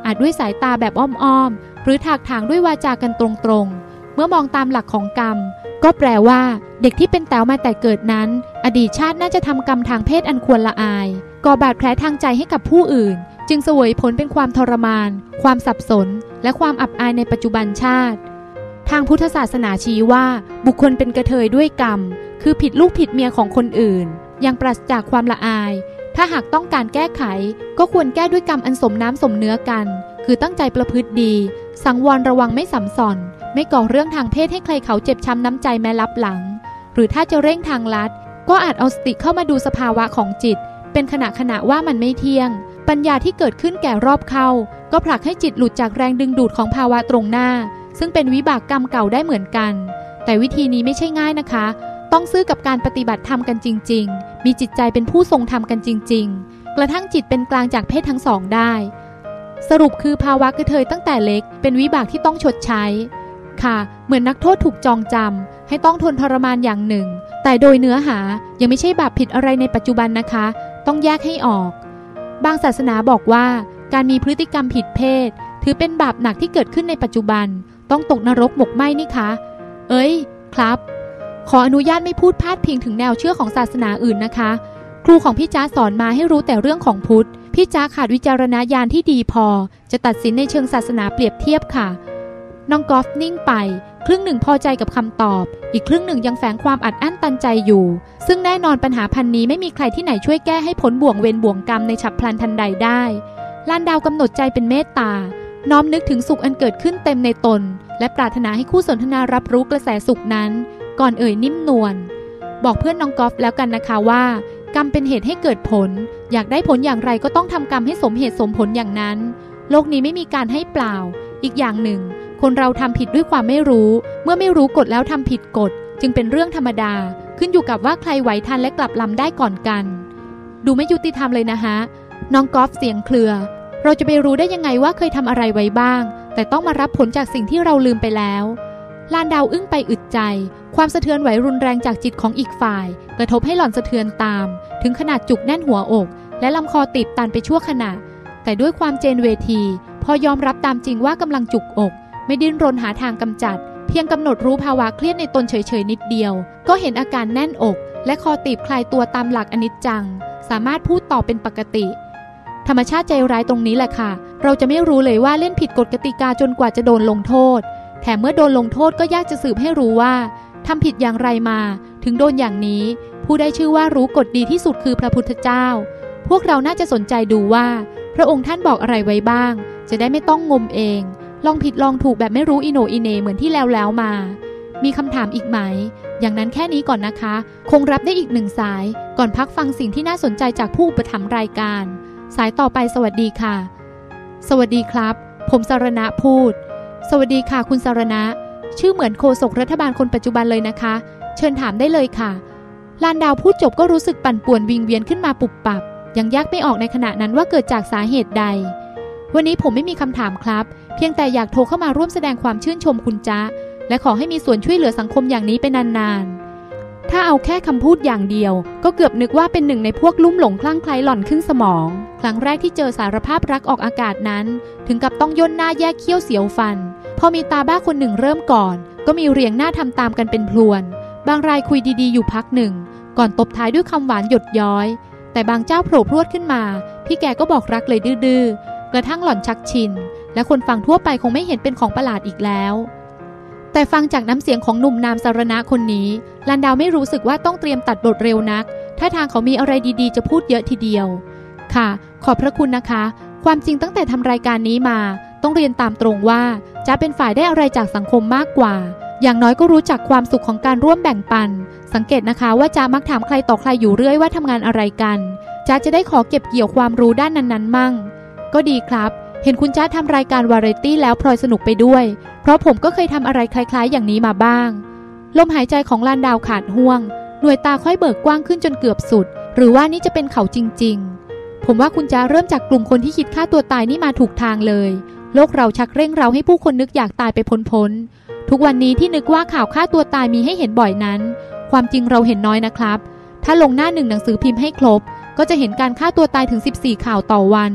อาจด้วยสายตาแบบอ้อมๆหรือถากถางด้วยวาจากันตรงๆเมื่อมองตามหลักของกรรมก็แปลว่าเด็กที่เป็นแต๋วมาแต่เกิดนั้นอดีตชาติน่าจะทำกรรมทางเพศอันควรละอายก่อบาดแผลทางใจให้กับผู้อื่นจึงเสวยผลเป็นความทรมานความสับสนและความอับอายในปัจจุบันชาติทางพุทธศาสนาชี้ว่าบุคคลเป็นกระเทยด้วยกรรมคือผิดลูกผิดเมียของคนอื่นยังปราศจากความละอายถ้าหากต้องการแก้ไขก็ควรแก้ด้วยกรรมอันสมน้ำสมเนื้อกันคือตั้งใจประพฤติดีสังวรระวังไม่สัมสอนไม่ก่อเรื่องทางเพศให้ใครเขาเจ็บช้ำน้ำใจแม้ลับหลังหรือถ้าจะเร่งทางลัดก็อาจเอาสติเข้ามาดูสภาวะของจิตเป็นขณะว่ามันไม่เที่ยงปัญญาที่เกิดขึ้นแก่รอบเข้าก็ผลักให้จิตหลุดจากแรงดึงดูดของภาวะตรงหน้าซึ่งเป็นวิบากกรรมเก่าได้เหมือนกันแต่วิธีนี้ไม่ใช่ง่ายนะคะต้องซื่อกับการปฏิบัติธรรมกันจริงๆมีจิตใจเป็นผู้ทรงธรรมกันจริงๆกระทั่งจิตเป็นกลางจากเพศทั้งสองได้สรุปคือภาวะกระเทยตั้งแต่เล็กเป็นวิบากที่ต้องชดใช้ค่ะเหมือนนักโทษถูกจองจำให้ต้องทนทรมานอย่างหนึ่งแต่โดยเนื้อหายังไม่ใช่บาปผิดอะไรในปัจจุบันนะคะต้องแยกให้ออกบางศาสนาบอกว่าการมีพฤติกรรมผิดเพศถือเป็นบาปหนักที่เกิดขึ้นในปัจจุบันต้องตกนรกหมกไหม้นี่คะเอ้ยครับขออนุญาตไม่พูดพาดพิงถึงแนวเชื่อของศาสนาอื่นนะคะครูของพี่จ๊ะสอนมาให้รู้แต่เรื่องของพุทธพี่จ๊ะขาดวิจารณญาณที่ดีพอจะตัดสินในเชิงศาสนาเปรียบเทียบค่ะน้องกอล์ฟนิ่งไปครึ่งหนึ่งพอใจกับคำตอบอีกครึ่งหนึ่งยังแฝงความอัดอั้นตันใจอยู่ซึ่งแน่นอนปัญหาพันนี้ไม่มีใครที่ไหนช่วยแก้ให้พ้นบ่วงเวรบ่วงกรรมในฉับพลันทันใดได้ลานดาวกำหนดใจเป็นเมตตาน้อมนึกถึงสุขอันเกิดขึ้นเต็มในตนและปรารถนาให้คู่สนทนารับรู้กระแสสุขนั้นก่อนเอ่ยนิ่มนวลบอกเพื่อนน้องกอล์ฟแล้วกันนะคะว่ากรรมเป็นเหตุให้เกิดผลอยากได้ผลอย่างไรก็ต้องทำกรรมให้สมเหตุสมผลอย่างนั้นโลกนี้ไม่มีการให้เปล่าอีกอย่างหนึ่งคนเราทำผิดด้วยความไม่รู้เมื่อไม่รู้กฎแล้วทำผิดกฎจึงเป็นเรื่องธรรมดาขึ้นอยู่กับว่าใครไหวทันและกลับลำได้ก่อนกันดูไม่ยุติธรรมเลยนะฮะน้องกอล์ฟเสียงเครือเราจะไปรู้ได้ยังไงว่าเคยทำอะไรไว้บ้างแต่ต้องมารับผลจากสิ่งที่เราลืมไปแล้วลานดาวอึ้งไปอึดใจความสะเทือนไหวรุนแรงจากจิตของอีกฝ่ายกระทบให้หล่อนสะเทือนตามถึงขนาดจุกแน่นหัวอกและลำคอตีบตันไปชั่วขณะแต่ด้วยความเจนเวทีพอยอมรับตามจริงว่ากำลังจุกอกไม่ดิ้นรนหาทางกำจัดเพียงกำหนดรู้ภาวะเครียดในตนเฉยๆนิดเดียวก็เห็นอาการแน่นอกและคอตีบคลายตัวตามหลักอนิจจังสามารถพูดต่อเป็นปกติธรรมชาติใจร้ายตรงนี้แหละค่ะเราจะไม่รู้เลยว่าเล่นผิดกฎกติกาจนกว่าจะโดนลงโทษแถมเมื่อโดนลงโทษก็ยากจะสืบให้รู้ว่าทำผิดอย่างไรมาถึงโดนอย่างนี้ผู้ได้ชื่อว่ารู้กฎดีที่สุดคือพระพุทธเจ้าพวกเราน่าจะสนใจดูว่าพระองค์ท่านบอกอะไรไว้บ้างจะได้ไม่ต้องงมเองลองผิดลองถูกแบบไม่รู้อิโหนอิเหน่เหมือนที่แล้วมามีคำถามอีกไหมอย่างนั้นแค่นี้ก่อนนะคะคงรับได้อีกหนึ่งสายก่อนพักฟังสิ่งที่น่าสนใจจากผู้อุปถัมภ์รายการสายต่อไปสวัสดีค่ะสวัสดีครับผมสรณะพูดสวัสดีค่ะคุณสรณะชื่อเหมือนโฆษกรัฐบาลคนปัจจุบันเลยนะคะเชิญถามได้เลยค่ะลานดาวพูดจบก็รู้สึกปั่นป่วนวิงเวียนขึ้นมาปุบปับยังแยกไม่ออกในขณะนั้นว่าเกิดจากสาเหตุใดวันนี้ผมไม่มีคำถามครับเพียงแต่อยากโทรเข้ามาร่วมแสดงความชื่นชมคุณจ๊ะและขอให้มีส่วนช่วยเหลือสังคมอย่างนี้ไปนานๆถ้าเอาแค่คำพูดอย่างเดียวก็เกือบนึกว่าเป็นหนึ่งในพวกลุ่มหลงคลั่งไคล้หล่อนขึ้นสมองครั้งแรกที่เจอสารภาพรักออกอากาศนั้นถึงกับต้องย่นหน้าแยกเขี้ยวเสียวฟันพอมีตาบ้าคนหนึ่งเริ่มก่อนก็มีเรียงหน้าทำตามกันเป็นพลวนบางรายคุยดีๆอยู่พักหนึ่งก่อนตบท้ายด้วยคำหวานหยดย้อยแต่บางเจ้าโผล่พรวดขึ้นมาพี่แกก็บอกรักเลยดื้อๆกระทั่งหล่อนชักชินและคนฟังทั่วไปคงไม่เห็นเป็นของประหลาดอีกแล้วแต่ฟังจากน้ำเสียงของหนุ่มนามสรณะคนนี้ลันดาวไม่รู้สึกว่าต้องเตรียมตัดบทเร็วนักถ้าทางเขามีอะไรดีๆจะพูดเยอะทีเดียวค่ะขอบพระคุณนะคะความจริงตั้งแต่ทำรายการนี้มาต้องเรียนตามตรงว่าจะเป็นฝ่ายได้อะไรจากสังคมมากกว่าอย่างน้อยก็รู้จักความสุขของการร่วมแบ่งปันสังเกตนะคะว่าจ๊ะมักถามใครต่อใครอยู่เรื่อยว่าทำงานอะไรกันจ๊ะจะได้ขอเก็บเกี่ยวความรู้ด้านนั้นๆมั่งก็ดีครับเห็นคุณจ๊ะทำรายการวาไรตี้แล้วพลอยสนุกไปด้วยเพราะผมก็เคยทำอะไรคล้ายๆอย่างนี้มาบ้างลมหายใจของลานดาวขาดห่วงหน่วยตาค่อยเบิกกว้างขึ้นจนเกือบสุดหรือว่านี่จะเป็นเขาจริงๆผมว่าคุณจ๊ะเริ่มจากกลุ่มคนที่คิดฆ่าตัวตายนี่มาถูกทางเลยโลกเราชักเร่งเราให้ผู้คนนึกอยากตายไปพ้นทุกวันนี้ที่นึกว่าข่าวฆ่าตัวตายมีให้เห็นบ่อยนั้นความจริงเราเห็นน้อยนะครับถ้าลงหน้าหนึ่งหนังสือพิมพ์ให้ครบก็จะเห็นการฆ่าตัวตายถึง14ข่าวต่อวัน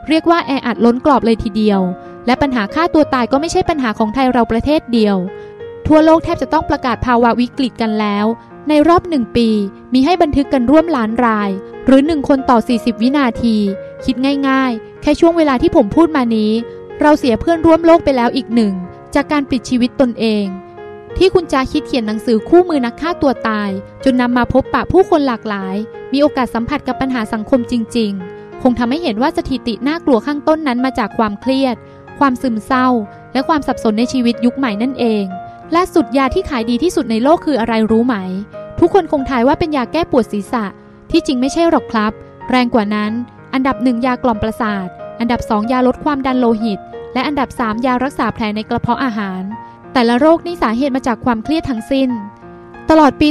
เรียกว่าแออัดล้นกรอบเลยทีเดียวและปัญหาฆ่าตัวตายก็ไม่ใช่ปัญหาของไทยเราประเทศเดียวทั่วโลกแทบจะต้องประกาศภาวะวิกฤตกันแล้วในรอบ1 ปีมีให้บันทึกกันร่วมล้านรายหรือ1 คนต่อ40 วินาทีคิดง่ายๆแค่ช่วงเวลาที่ผมพูดมานี้เราเสียเพื่อนร่วมโลกไปแล้วอีกหนึ่งจากการปลิดชีวิตตนเองที่คุณจ๊ะคิดเขียนหนังสือคู่มือนักฆ่าตัวตายจนนำมาพบปะผู้คนหลากหลายมีโอกาสสัมผัสกับปัญหาสังคมจริงๆคงทำให้เห็นว่าสถิติน่ากลัวข้างต้นนั้นมาจากความเครียดความซึมเศร้าและความสับสนในชีวิตยุคใหม่นั่นเองและสุดยาที่ขายดีที่สุดในโลกคืออะไรรู้ไหมทุกคนคงทายว่าเป็นยาแก้ปวดศีรษะที่จริงไม่ใช่หรอกครับแรงกว่านั้นอันดับ1ยากล่อมประสาทอันดับ2ยาลดความดันโลหิตและอันดับ3ยารักษาแผลในกระเพาะอาหารแต่ละโรคนี่สาเหตุมาจากความเครียดทั้งสิ้นตลอดปี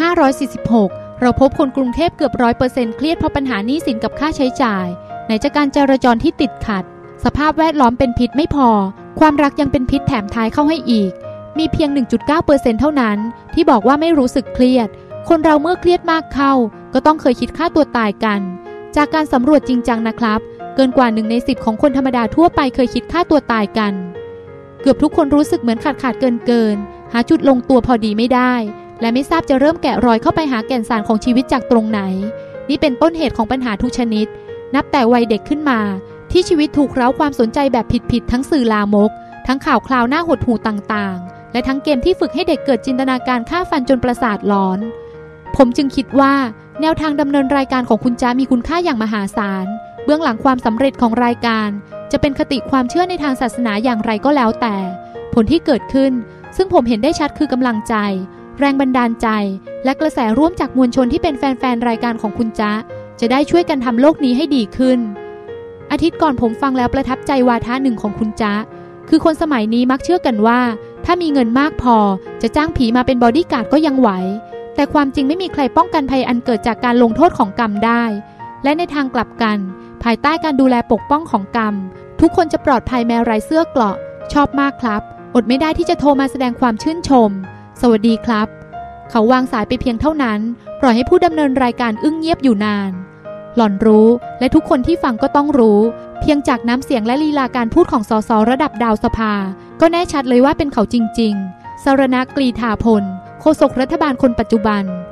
2546 เราพบคนกรุงเทพเกือบ 100% เครียดเพราะปัญหาหนี้สินกับค่าใช้จ่ายไหนจากการจราจรที่ติดขัดสภาพแวดล้อมเป็นพิษไม่พอความรักยังเป็นพิษแถมท้ายเข้าให้อีกมีเพียง 1.9% เท่านั้นที่บอกว่าไม่รู้สึกเครียดคนเราเมื่อเครียดมากเข้าก็ต้องเคยคิดฆ่าตัวตายกันจากการสำรวจจริงจังนะครับเกินกว่า1 ใน 10ของคนธรรมดาทั่วไปเคยคิดฆ่าตัวตายกันเกือบทุกคนรู้สึกเหมือนขาดเกินหาจุดลงตัวพอดีไม่ได้และไม่ทราบจะเริ่มแกะรอยเข้าไปหาแก่นสารของชีวิตจากตรงไหนนี่เป็นต้นเหตุของปัญหาทุกชนิดนับแต่วัยเด็กขึ้นมาที่ชีวิตถูกเร้าความสนใจแบบผิดทั้งสื่อลามกทั้งข่าวคราวหน้าหดหู่ต่างๆและทั้งเกมที่ฝึกให้เด็กเกิดจินตนาการฆ่าฟันจนประสาทหลอนผมจึงคิดว่าแนวทางดำเนินรายการของคุณจ๊ะมีคุณค่าอย่างมหาศาลเบื้องหลังความสำเร็จของรายการจะเป็นคติความเชื่อในทางศาสนาอย่างไรก็แล้วแต่ผลที่เกิดขึ้นซึ่งผมเห็นได้ชัดคือกำลังใจแรงบันดาลใจและกระแสร่วมจากมวลชนที่เป็นแฟนๆรายการของคุณจ๊ะจะได้ช่วยกันทำโลกนี้ให้ดีขึ้นอาทิตย์ก่อนผมฟังแล้วประทับใจวาทะหนึ่งของคุณจ๊ะคือคนสมัยนี้มักเชื่อกันว่าถ้ามีเงินมากพอจะจ้างผีมาเป็นบอดี้การ์ดก็ยังไหวแต่ความจริงไม่มีใครป้องกันภัยอันเกิดจากการลงโทษของกรรมได้และในทางกลับกันภายใต้การดูแลปกป้องของกรรมทุกคนจะปลอดภัยแม้ไร้เสื้อเกราะชอบมากครับอดไม่ได้ที่จะโทรมาแสดงความชื่นชมสวัสดีครับเขาวางสายไปเพียงเท่านั้นปล่อยให้ผู้ดำเนินรายการอึ้งเงียบอยู่นานหล่อนรู้และทุกคนที่ฟังก็ต้องรู้เพียงจากน้ำเสียงและลีลาการพูดของสสระดับดาวสภาก็แน่ชัดเลยว่าเป็นเขาจริงๆสรณกรีธาพลโฆษกรัฐบาลคนปัจจุบัน